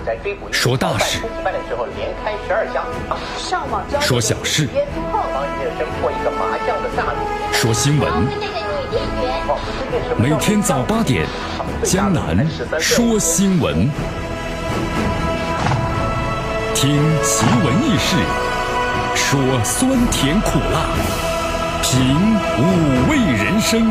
说大事，说小事，说新闻。每天早8点，江南说新闻，听奇闻异事，说酸甜苦辣，品五味人生。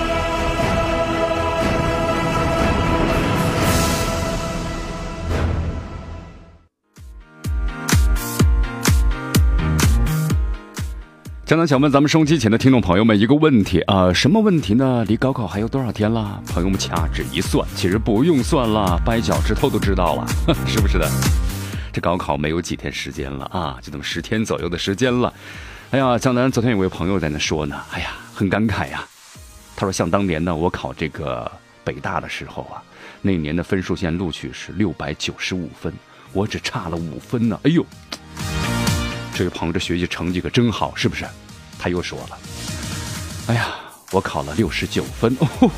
江南想问咱们收音机前的听众朋友们一个问题啊，什么问题呢？离高考还有多少天了？朋友们掐指一算，其实不用算了，掰脚趾头都知道了，是不是的？这高考没有几天时间了啊，就这么10天左右的时间了。哎呀，江南昨天有位朋友在那说呢，哎呀，很感慨呀。他说，像当年呢，我考这个北大的时候啊，那年的分数线录取是695分，我只差了5分呢。哎呦，这位朋友这学习成绩可真好，是不是？他又说了，哎呀，我考了69分。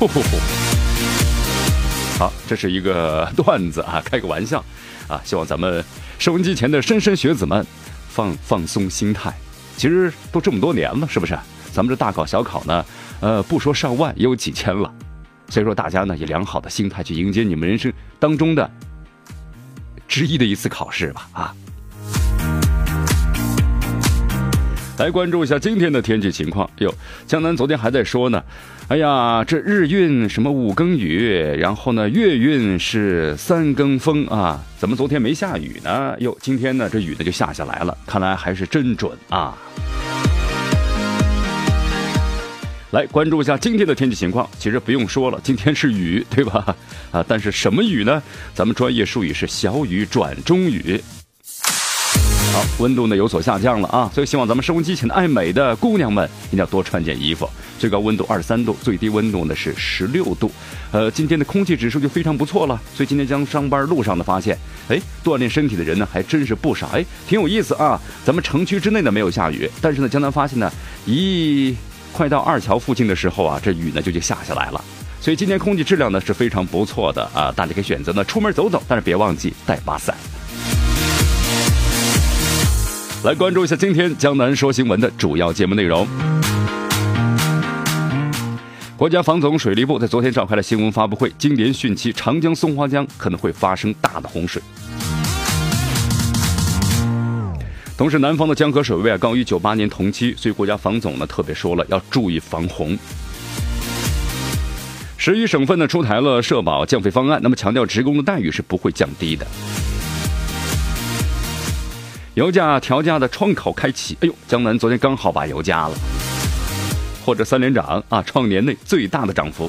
好，这是一个段子啊，开个玩笑啊，希望咱们收音机前的莘莘学子们放松心态。其实都这么多年了，是不是？咱们这大考小考呢，不说上万也有几千了，所以说大家呢以良好的心态去迎接你们人生当中的之一的一次考试吧啊。来关注一下今天的天气情况。哟，江南昨天还在说呢，哎呀，这日运什么5更雨，然后呢月运是3更风啊，怎么昨天没下雨呢？哟，今天呢这雨呢就下下来了，看来还是真准啊。来关注一下今天的天气情况，其实不用说了，今天是雨，对吧？啊，但是什么雨呢？咱们专业术语是小雨转中雨。好，温度呢有所下降了啊，所以希望咱们收音机前的爱美的姑娘们一定要多穿件衣服。最高温度23度，最低温度呢是16度。今天的空气指数就非常不错了，所以今天将上班路上的发现，锻炼身体的人呢还真是不少，挺有意思啊。咱们城区之内呢没有下雨，但是呢江南发现呢，快到2桥附近的时候啊，这雨呢就下下来了。所以今天空气质量呢是非常不错的啊，大家可以选择呢出门走走，但是别忘记带把伞。来关注一下今天江南说新闻的主要节目内容。国家防总水利部在昨天召开了新闻发布会，今年汛期长江松花江可能会发生大的洪水。同时南方的江河水位高于98年同期，所以国家防总呢特别说了要注意防洪。11省份呢出台了社保降费方案，那么强调职工的待遇是不会降低的。油价调价的窗口开启，哎呦，江南昨天刚好把油加了，或者3连涨啊，创年内最大的涨幅。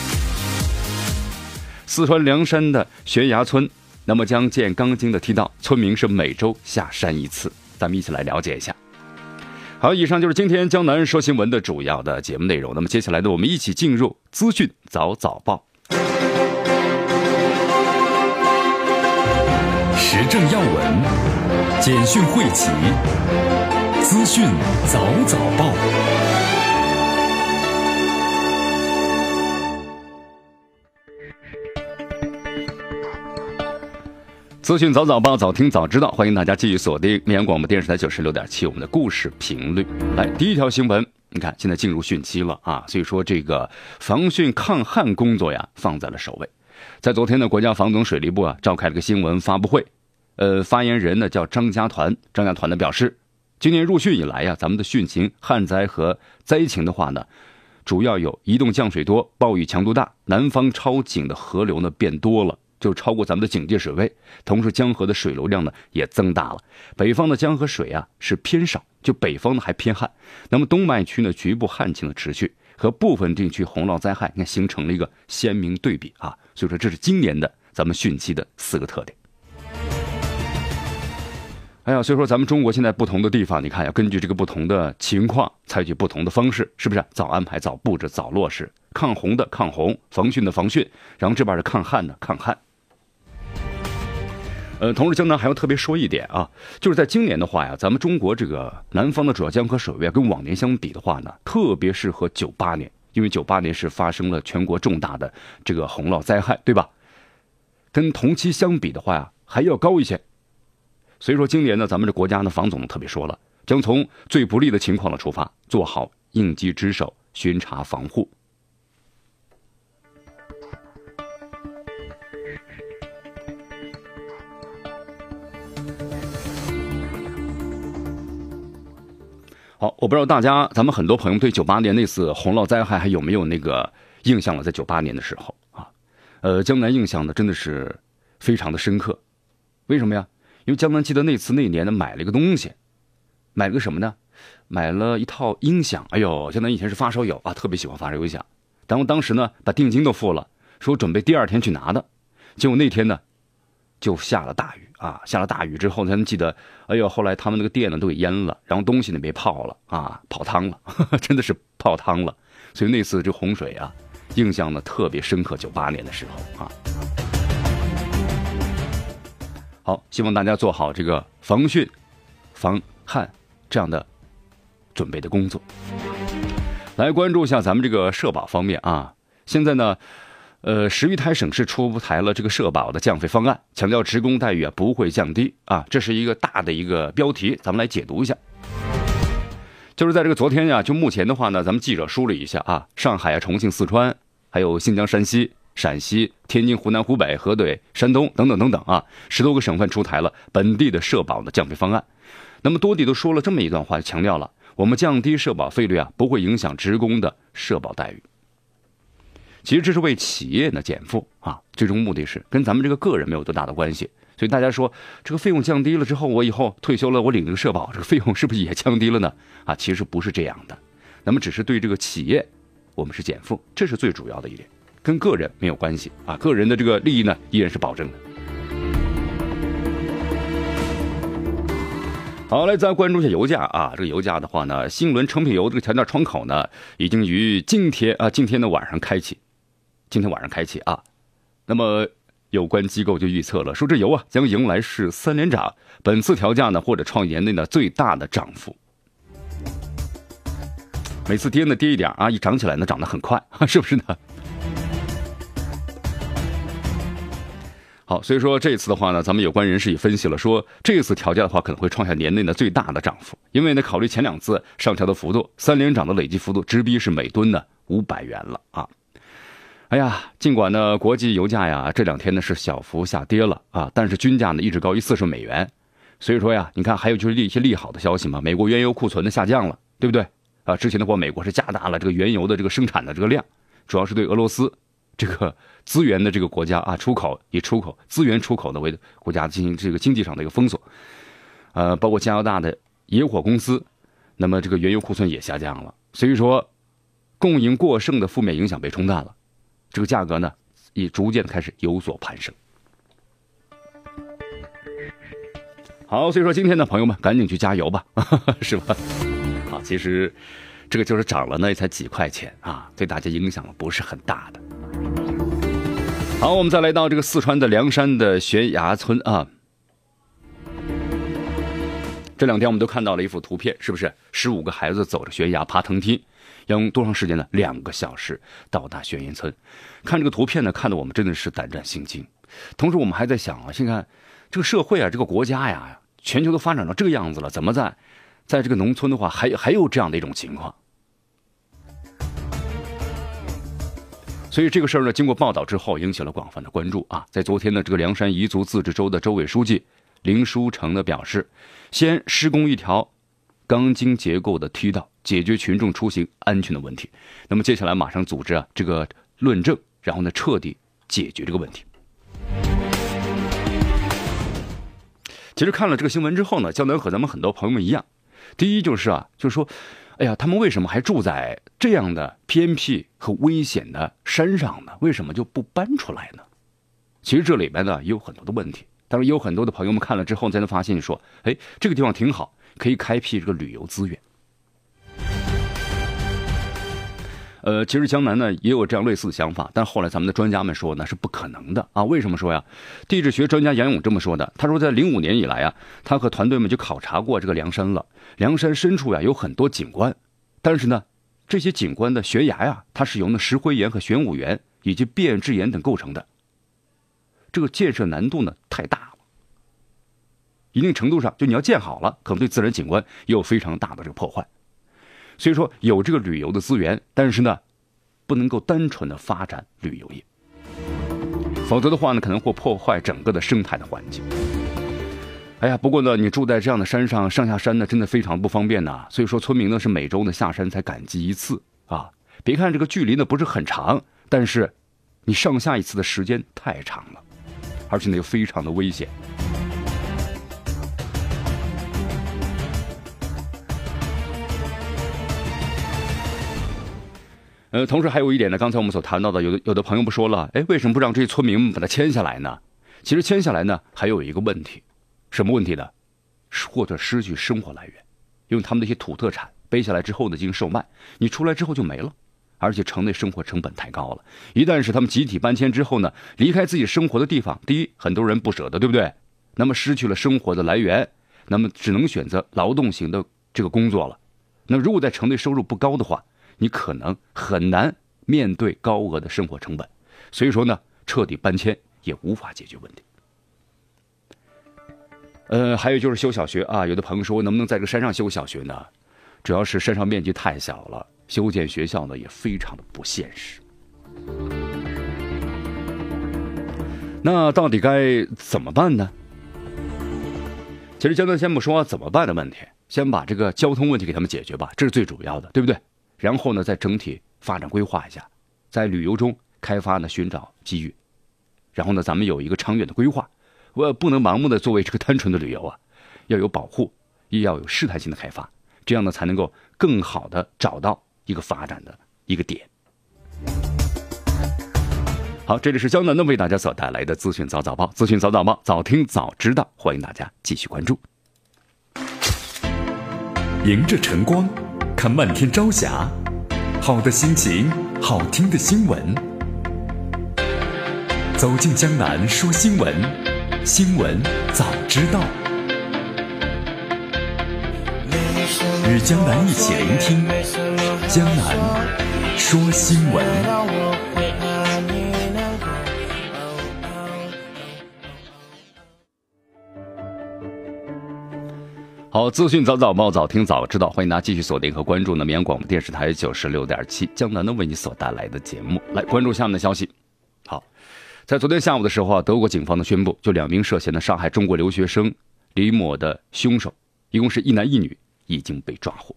四川凉山的悬崖村，那么将建钢筋的梯道，村民是每周下山一次，咱们一起来了解一下。好，以上就是今天江南说新闻的主要的节目内容。那么接下来呢，我们一起进入资讯早早报。时政要闻，简讯汇集，资讯早早报。资讯早早报，早听早知道，欢迎大家继续锁定绵阳广播电视台96.7，我们的故事频率。来，第一条新闻，你看现在进入汛期了啊，所以说这个防汛抗旱工作呀放在了首位。在昨天呢，国家防总水利部啊召开了个新闻发布会。发言人呢叫张家团呢表示，今年入汛以来呀，咱们的汛情、旱灾和灾情的话呢，主要有移动降水多、暴雨强度大，南方超警的河流呢变多了，就超过咱们的警戒水位，同时江河的水流量呢也增大了。北方的江河水啊是偏少，就北方呢还偏旱，那么东脉区呢局部旱情的持续，和部分地区洪涝灾害，你看形成了一个鲜明对比啊。所以说这是今年的咱们汛期的4个特点。哎呀，所以说咱们中国现在不同的地方，你看要根据这个不同的情况，采取不同的方式，是不是？早安排、早布置、早落实，抗洪的抗洪，防汛的防汛，然后这边的抗旱的抗旱。同时江南还要特别说一点啊，就是在今年的话呀，咱们中国这个南方的主要江河水位跟往年相比的话呢，特别适合98年，因为98年是发生了全国重大的这个洪涝灾害，对吧？跟同期相比的话呀， 还要高一些。所以说今年呢，咱们这国家呢，房总特别说了，将从最不利的情况的出发，做好应急值守、巡查防护。好，我不知道咱们很多朋友对98年那次洪涝灾害还有没有那个印象了？在98年的时候啊，江南印象呢真的是非常的深刻。为什么呀？因为江南记得那年呢买了一个东西，买了个什么呢？买了一套音响。哎呦，江南以前是发烧友啊，特别喜欢发烧音响。当时呢把定金都付了，说准备第二天去拿的，结果那天呢就下了大雨啊！下了大雨之后，咱们记得，哎呦，后来他们那个店呢都给淹了，然后东西呢被泡了啊，泡汤了，真的是泡汤了。所以那次这洪水啊，印象呢特别深刻。98年的时候啊，好，希望大家做好这个防汛、防旱这样的准备的工作。来关注一下咱们这个社保方面啊，现在呢。10余台省市出台了这个社保的降费方案，强调职工待遇啊不会降低啊，这是一个大的一个标题，咱们来解读一下。就是在这个昨天呀，就目前的话呢，咱们记者梳理一下啊，上海啊、重庆、四川，还有新疆、山西、陕西、天津、湖南、湖北、河北、山东等等等等啊，10多个省份出台了本地的社保的降费方案。那么多地都说了这么一段话，强调了我们降低社保费率啊，不会影响职工的社保待遇。其实这是为企业呢减负啊，最终目的是跟咱们这个个人没有多大的关系。所以大家说这个费用降低了之后，我以后退休了，我领这个社保，这个费用是不是也降低了呢？啊，其实不是这样的，那么只是对这个企业我们是减负，这是最主要的一点，跟个人没有关系啊，个人的这个利益呢依然是保证的。好，来再关注一下油价啊，这个油价的话呢，新一轮成品油这个调价窗口呢，已经于今天的晚上开启。今天晚上开启啊，那么有关机构就预测了，说这油啊将迎来是3连涨，本次调价呢或者创年内的最大的涨幅。每次跌呢跌一点啊，一涨起来呢涨得很快，是不是呢？好，所以说这次的话呢，咱们有关人士也分析了，说这次调价的话可能会创下年内的最大的涨幅，因为呢考虑前2次上调的幅度，3连涨的累计幅度直逼是每吨呢500元了啊。哎呀，尽管呢国际油价呀这2天呢是小幅下跌了啊，但是均价呢一直高于40美元，所以说呀，你看还有就是一些利好的消息嘛，美国原油库存的下降了，对不对啊？之前的话，美国是加大了这个原油的这个生产的这个量，主要是对俄罗斯这个资源的这个国家啊以资源出口的为国家进行这个经济上的一个封锁，包括加拿大的野火公司，那么这个原油库存也下降了，所以说供应过剩的负面影响被冲淡了。这个价格呢，也逐渐的开始有所攀升。好，所以说今天的朋友们赶紧去加油吧，是吧？好，其实这个就是涨了呢，才几块钱啊，对大家影响不是很大的。好，我们再来到这个四川的凉山的悬崖村啊，这2天我们都看到了一幅图片，是不是？15个孩子走着悬崖爬藤梯。要用多长时间呢？2个小时到达悬崖村。看这个图片呢，看得我们真的是胆战心惊。同时我们还在想啊，现在这个社会啊，这个国家呀，全球都发展到这个样子了，怎么在这个农村的话还有这样的一种情况？所以这个事儿呢，经过报道之后引起了广泛的关注啊。在昨天呢，这个凉山彝族自治州的州委书记林书成呢表示，先施工一条钢筋结构的梯道，解决群众出行安全的问题。那么接下来马上组织这个论证，然后呢彻底解决这个问题。其实看了这个新闻之后呢，江南和咱们很多朋友们一样，第一就是说，哎呀，他们为什么还住在这样的偏僻和危险的山上呢？为什么就不搬出来呢？其实这里面呢也有很多的问题，当然也有很多的朋友们看了之后才能发现说，哎，这个地方挺好，可以开辟这个旅游资源。其实江南呢也有这样类似的想法，但后来咱们的专家们说呢是不可能的啊。为什么说呀？地质学专家杨勇这么说的，他说在05年以来啊，他和团队们就考察过这个凉山了。凉山深处呀有很多景观，但是呢这些景观的悬崖呀，它是由石灰岩和玄武岩以及变质岩等构成的，这个建设难度呢太大了一定程度上就你要建好了，可能对自然景观也有非常大的这个破坏。所以说有这个旅游的资源，但是呢不能够单纯的发展旅游业，否则的话呢可能会破坏整个的生态的环境。哎呀，不过呢你住在这样的山上，上下山呢真的非常不方便呐。所以说村民呢是每周呢下山才赶集一次啊。别看这个距离呢不是很长，但是你上下一次的时间太长了，而且呢又非常的危险。同时还有一点呢，刚才我们所谈到的，有的朋友不说了，为什么不让这些村民们把它签下来呢？其实签下来呢，还有一个问题，什么问题呢？或者失去生活来源，因为他们的一些土特产背下来之后呢进行售卖，你出来之后就没了，而且城内生活成本太高了。一旦是他们集体搬迁之后呢，离开自己生活的地方，第一，很多人不舍得，对不对？那么失去了生活的来源，那么只能选择劳动型的这个工作了。那如果在城内收入不高的话，你可能很难面对高额的生活成本，所以说呢，彻底搬迁也无法解决问题。还有就是修小学啊，有的朋友说能不能在这个山上修小学呢？主要是山上面积太小了，修建学校呢也非常的不现实。那到底该怎么办呢？其实江南先不说怎么办的问题，先把这个交通问题给他们解决吧，这是最主要的，对不对？然后呢再整体发展规划一下，在旅游中开发呢寻找机遇，然后呢咱们有一个长远的规划，我不能盲目的作为这个单纯的旅游啊，要有保护，也要有试探性的开发，这样呢才能够更好的找到一个发展的一个点。好，这里是江南的为大家所带来的资讯早早报，资讯早早报，早听早知道，欢迎大家继续关注。 迎着晨光，看漫天朝霞，好的心情，好听的新闻。走进江南说新闻，新闻早知道。与江南一起聆听江南说新闻。 好，资讯早早报，早听早知道，欢迎大家继续锁定和关注呢绵阳广播电视台96.7江南的为你所带来的节目。来关注下面的消息。好，在昨天下午的时候啊，德国警方呢宣布，就2名涉嫌的杀害中国留学生李某的凶手，一共是一男一女，已经被抓获。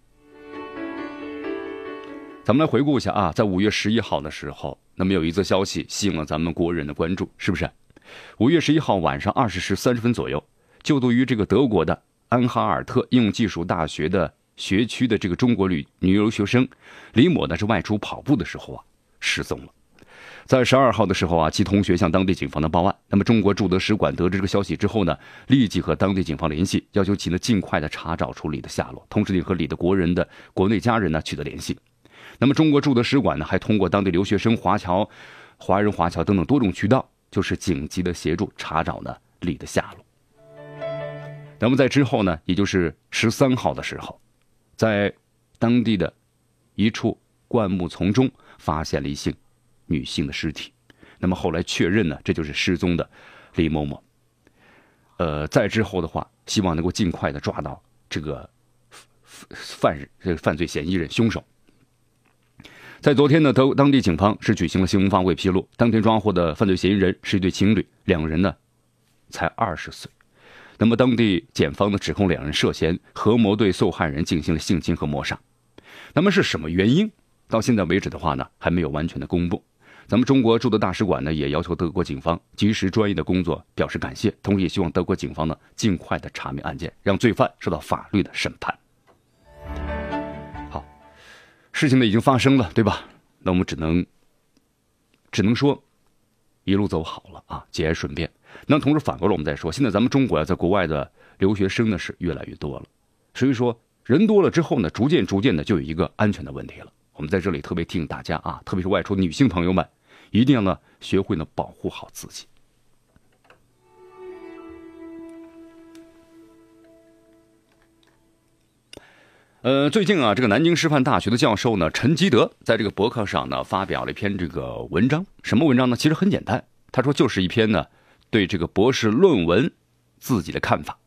咱们来回顾一下啊，在5月11号的时候，那么有一则消息吸引了咱们国人的关注，是不是？5月11号晚上20时30分左右，就读于这个德国的安哈尔特应用技术大学的学区的这个中国女留学生李某呢，是外出跑步的时候啊失踪了。在12号的时候啊，其同学向当地警方的报案。那么中国驻德使馆得知这个消息之后呢，立即和当地警方联系，要求其呢尽快的查找出李的下落，同时也和李的国内家人呢取得联系。那么中国驻德使馆呢，还通过当地留学生、华人华侨等等多种渠道，就是紧急的协助查找呢李的下落。那么在之后呢，也就是13号的时候，在当地的一处灌木丛中发现了一具女性的尸体。那么后来确认呢，这就是失踪的李某某。再之后的话，希望能够尽快的抓到这个犯罪嫌疑人、凶手。在昨天呢，当地警方是举行了新闻发布会，披露当天抓获的犯罪嫌疑人是一对情侣，两人呢才20岁。那么当地检方呢指控两人涉嫌合谋对受害人进行了性侵和谋杀。那么是什么原因？到现在为止的话呢，还没有完全的公布。咱们中国驻德大使馆呢也要求德国警方及时专业的工作表示感谢，同时也希望德国警方呢尽快的查明案件，让罪犯受到法律的审判。好，事情呢已经发生了，对吧？那我们只能说一路走好了啊，节哀顺变。那同时反过来我们再说，现在咱们中国在国外的留学生呢是越来越多了，所以说人多了之后呢，逐渐的就有一个安全的问题了。我们在这里特别提醒大家啊，特别是外出女性朋友们，一定要呢学会呢保护好自己。最近啊，这个南京师范大学的教授呢陈基德在这个博客上呢发表了一篇这个文章。什么文章呢？其实很简单，他说就是一篇呢对这个博士论文自己的看法。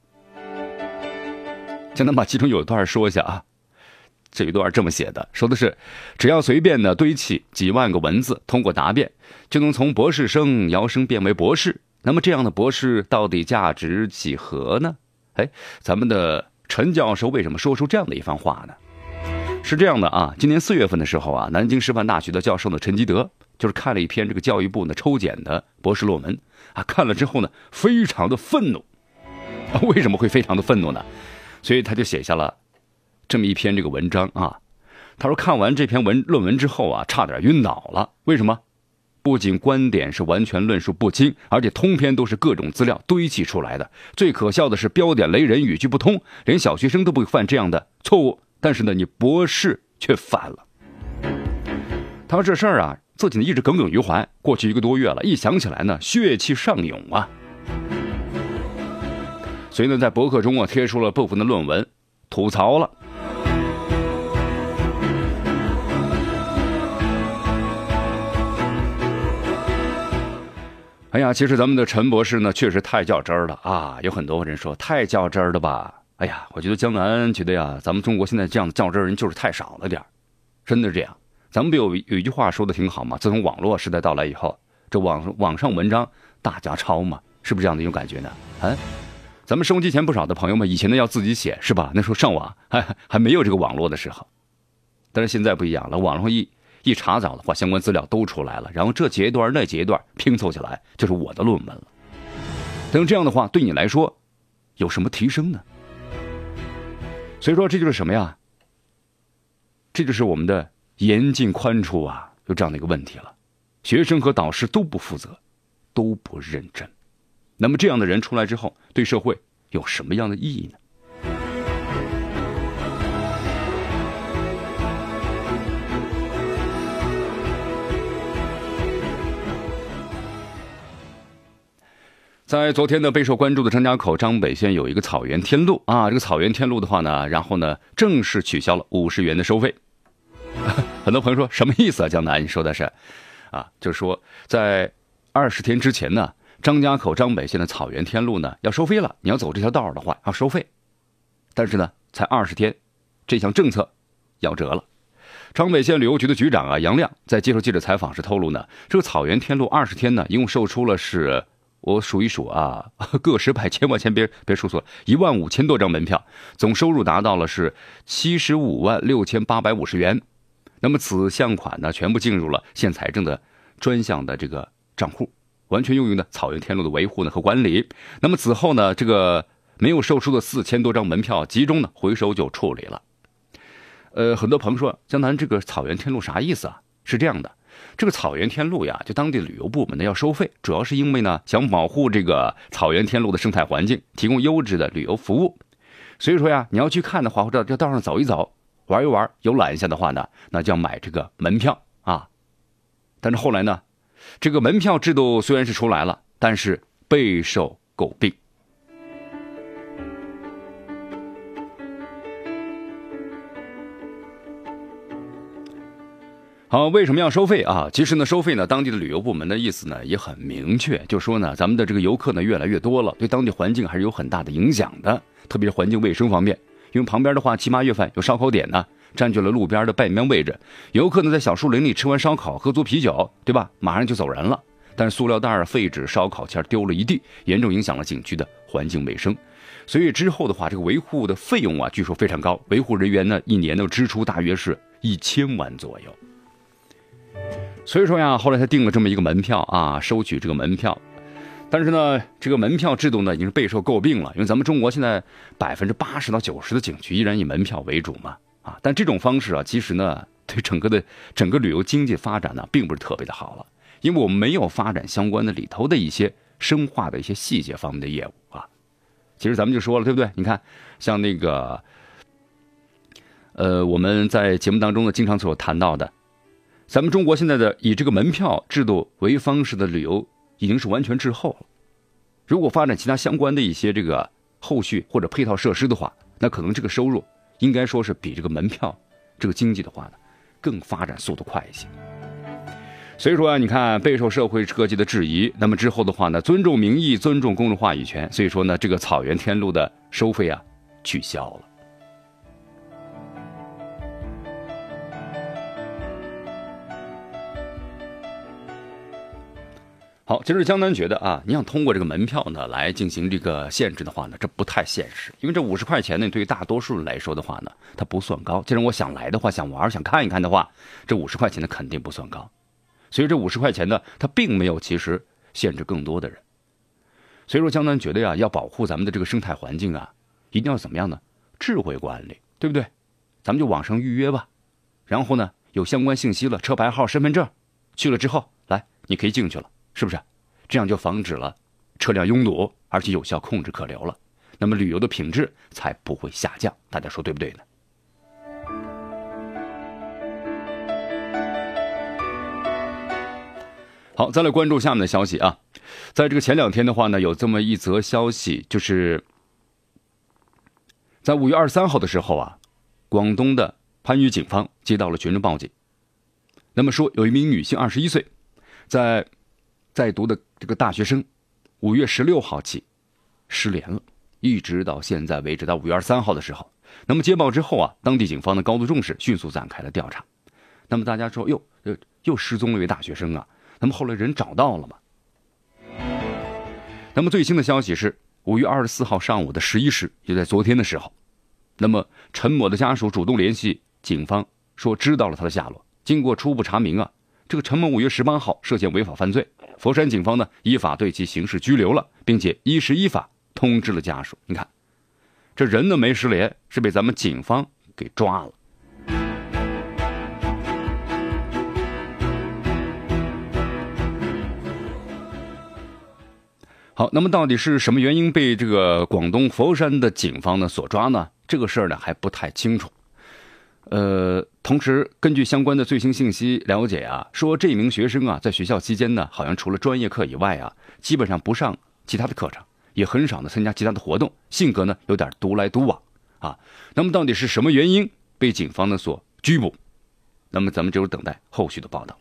简单把其中有一段说一下啊，这一段这么写的，说的是只要随便的堆砌几万个文字，通过答辩就能从博士生摇身变为博士，那么这样的博士到底价值几何呢？咱们的陈教授为什么说出这样的一番话呢？是这样的啊，今年4月份的时候啊，南京师范大学的教授呢陈基德就是看了一篇这个教育部呢抽检的博士论文啊，看了之后呢非常的愤怒。为什么会非常的愤怒呢？所以他就写下了这么一篇这个文章啊。他说看完这篇论文之后啊，差点晕倒了。为什么？不仅观点是完全论述不清，而且通篇都是各种资料堆砌出来的。最可笑的是标点雷人，语句不通，连小学生都不会犯这样的错误，但是呢，你博士却犯了。他说这事儿啊，自己呢一直耿耿于怀，过去1个多月了，一想起来呢，血气上涌啊。所以呢，在博客中啊贴出了部分的论文，吐槽了。哎呀，其实咱们的陈博士呢，确实太较真儿了啊！有很多人说太较真儿了吧？哎呀，我觉得江南觉得呀，咱们中国现在这样的较真儿人就是太少了点，真的是这样。咱们不有一句话说的挺好嘛？自从网络时代到来以后，这网上文章大家抄嘛，是不是这样的一种感觉呢？咱们收音机前不少的朋友们，以前呢要自己写是吧？那时候上网还没有这个网络的时候，但是现在不一样了，网上一查找的话，相关资料都出来了，然后这截一段那截一段拼凑起来就是我的论文了。但是这样的话对你来说有什么提升呢？所以说这就是什么呀？这就是我们的严进宽出啊，有这样的一个问题了。学生和导师都不负责，都不认真，那么这样的人出来之后对社会有什么样的意义呢？在昨天呢，备受关注的张家口张北县有一个草原天路啊，这个草原天路的话呢，然后呢正式取消了50元的收费。很多朋友说什么意思啊？江南，你说的是啊，就是说在20天之前呢，张家口张北县的草原天路呢要收费了，你要走这条道的话要收费。但是呢，才20天，这项政策夭折了。张北县旅游局的局长啊杨亮在接受记者采访时透露呢，这个草原天路20天呢，一共售出了是。我数一数啊，个十百千万千别数错了，15000多张门票，总收入达到了是756850元。那么此项款呢，全部进入了县财政的专项的这个账户，完全用于呢草原天路的维护呢和管理。那么此后呢，这个没有售出的4000多张门票，集中呢回收就处理了。很多朋友说，江南这个草原天路啥意思啊？是这样的。这个草原天路呀，就当地旅游部门呢要收费，主要是因为呢想保护这个草原天路的生态环境，提供优质的旅游服务。所以说呀，你要去看的话，或者在道上走一走，玩一玩，游览一下的话呢，那就要买这个门票啊。但是后来呢，这个门票制度虽然是出来了，但是备受诟病。好，为什么要收费啊？其实呢，收费呢，当地的旅游部门的意思呢也很明确，就说呢，咱们的这个游客呢越来越多了，对当地环境还是有很大的影响的，特别是环境卫生方面。因为旁边的话，7、8月份有烧烤点呢，占据了路边的半边位置，游客呢在小树林里吃完烧烤，喝足啤酒，对吧？马上就走人了，但是塑料袋、废纸、烧烤签丢了一地，严重影响了景区的环境卫生。所以之后的话，这个维护的费用啊，据说非常高，维护人员呢一年的支出大约是1000万左右。所以说呀，后来他定了这么一个门票啊，收取这个门票。但是呢，这个门票制度呢已经是备受诟病了，因为咱们中国现在80%到90%的景区依然以门票为主嘛啊，但这种方式啊，其实呢对整个旅游经济发展呢并不是特别的好了，因为我们没有发展相关的里头的一些深化的一些细节方面的业务啊。其实咱们就说了，对不对？你看，像那个我们在节目当中呢经常所谈到的。咱们中国现在的以这个门票制度为方式的旅游已经是完全滞后了。如果发展其他相关的一些这个后续或者配套设施的话，那可能这个收入应该说是比这个门票这个经济的话呢更发展速度快一些。 所以说啊，你看备受社会各界的质疑，那么之后的话呢，尊重民意，尊重公众话语权，所以说呢，这个草原天路的收费啊取消了。好，其实江南觉得啊，你想通过这个门票呢来进行这个限制的话呢，这不太现实，因为这50块钱呢，对于大多数人来说的话呢，它不算高。既然我想来的话，想玩，想看一看的话，这50块钱呢肯定不算高。所以这50块钱呢，它并没有其实限制更多的人。所以说江南觉得呀，要保护咱们的这个生态环境啊，一定要怎么样呢？智慧管理，对不对？咱们就网上预约吧，然后呢有相关信息了，车牌号、身份证，去了之后，来你可以进去了。是不是？这样就防止了车辆拥堵，而且有效控制客流了，那么旅游的品质才不会下降。大家说对不对呢？好，再来关注下面的消息啊。在这个前2天的话呢，有这么一则消息，就是在5月23号的时候啊，广东的番禺警方接到了群众报警，那么说有一名女性21岁，在读的这个大学生，5月16号起失联了，一直到现在为止，到5月23号的时候，那么接报之后啊，当地警方呢高度重视，迅速展开了调查。那么大家说，又失踪了一位大学生啊，那么后来人找到了吗？那么最新的消息是，5月24号上午的11时，也在昨天的时候，那么陈某的家属主动联系警方，说知道了他的下落。经过初步查明啊，这个陈某5月18号涉嫌违法犯罪，佛山警方呢依法对其刑事拘留了，并且依法通知了家属。你看，这人呢没失联，是被咱们警方给抓了。好，那么到底是什么原因被这个广东佛山的警方呢所抓呢？这个事儿呢还不太清楚。同时根据相关的最新信息了解啊，说这名学生啊在学校期间呢，好像除了专业课以外啊，基本上不上其他的课程，也很少的参加其他的活动，性格呢有点独来独往啊。那么到底是什么原因被警方呢所拘捕？那么咱们就是等待后续的报道。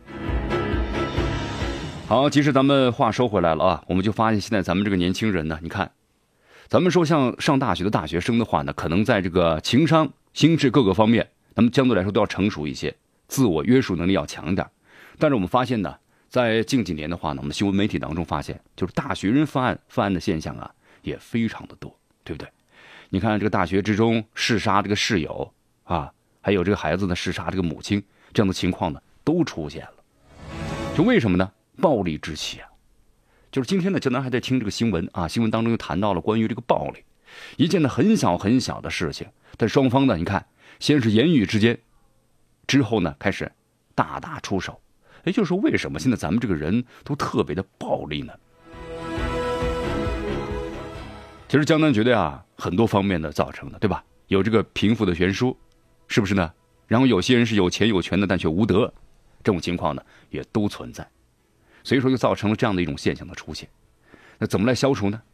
好，其实咱们话说回来了啊，我们就发现现在咱们这个年轻人呢，你看，咱们说像上大学的大学生的话呢，可能在这个情商、心智各个方面，那么相对来说都要成熟一些，自我约束能力要强一点。但是我们发现呢，在近几年的话呢，我们新闻媒体当中发现，就是大学生犯案的现象啊，也非常的多，对不对？你看这个大学之中弑杀这个室友啊，还有这个孩子呢弑杀这个母亲，这样的情况呢都出现了。就为什么呢？暴力之气啊！就是今天呢，江南还在听这个新闻啊，新闻当中又谈到了关于这个暴力，一件呢很小很小的事情，但双方呢，你看，先是言语之间，之后呢开始大打出手。也就是说，为什么现在咱们这个人都特别的暴力呢？其实江南觉得啊，很多方面的造成的，对吧？有这个贫富的悬殊，是不是呢？然后有些人是有钱有权的，但却无德，这种情况呢也都存在。所以说就造成了这样的一种现象的出现。那怎么来消除呢？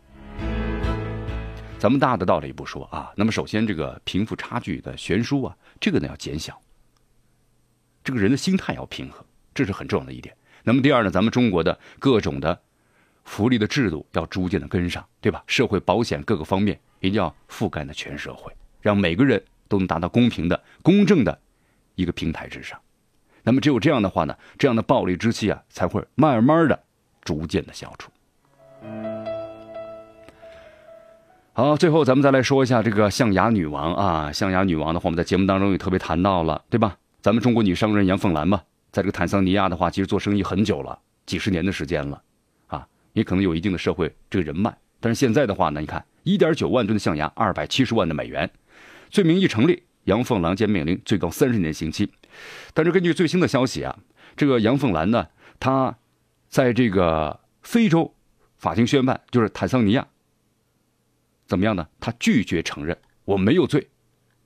咱们大的道理不说啊，那么首先这个贫富差距的悬殊啊，这个呢要减小，这个人的心态要平和，这是很重要的一点。那么第二呢，咱们中国的各种的福利的制度要逐渐的跟上，对吧？社会保险各个方面一定要覆盖呢全社会，让每个人都能达到公平的、公正的一个平台之上。那么只有这样的话呢，这样的暴力之气啊，才会慢慢的、逐渐的消除。好，最后咱们再来说一下这个象牙女王啊，象牙女王的话，我们在节目当中也特别谈到了，对吧？咱们中国女商人杨凤兰嘛，在这个坦桑尼亚的话，其实做生意很久了，几十年的时间了啊，也可能有一定的社会这个人脉。但是现在的话呢，你看 1.9 万吨的象牙，270万的美元，罪名一成立，杨凤兰将面临最高30年刑期。但是根据最新的消息啊，这个杨凤兰呢，她在这个非洲法庭宣判，就是坦桑尼亚怎么样呢？她拒绝承认，我没有罪。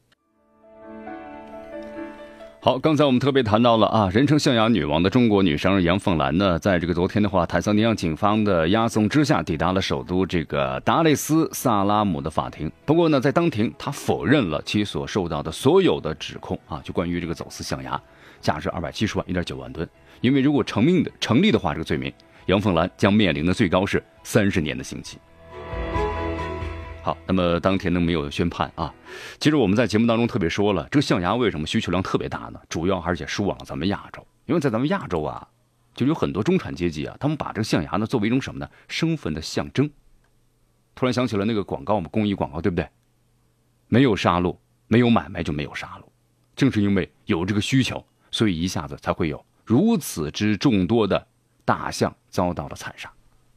好，刚才我们特别谈到了啊，人称象牙女王的中国女商人杨凤兰呢，在这个昨天的话，坦桑尼亚警方的押送之下，抵达了首都这个达累斯萨拉姆的法庭。不过呢，在当庭她否认了其所受到的所有的指控啊，就关于这个走私象牙。 价值270万，1.9万吨。因为如果成立的话，这个罪名，杨凤兰将面临的最高是30年的刑期。好，那么当天呢没有宣判啊。其实我们在节目当中特别说了，这个象牙为什么需求量特别大呢？主要还是输往咱们亚洲，因为在咱们亚洲啊，就有很多中产阶级啊，他们把这个象牙呢作为一种什么呢？身份的象征。突然想起了那个广告嘛，公益广告，对不对？没有杀戮，没有买卖就没有杀戮。正是因为有这个需求，所以一下子才会有如此之众多的大象遭到了残杀。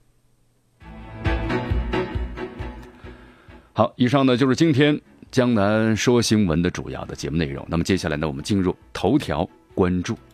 好，以上呢就是今天江南说新闻的主要的节目内容。那么接下来呢，我们进入头条关注。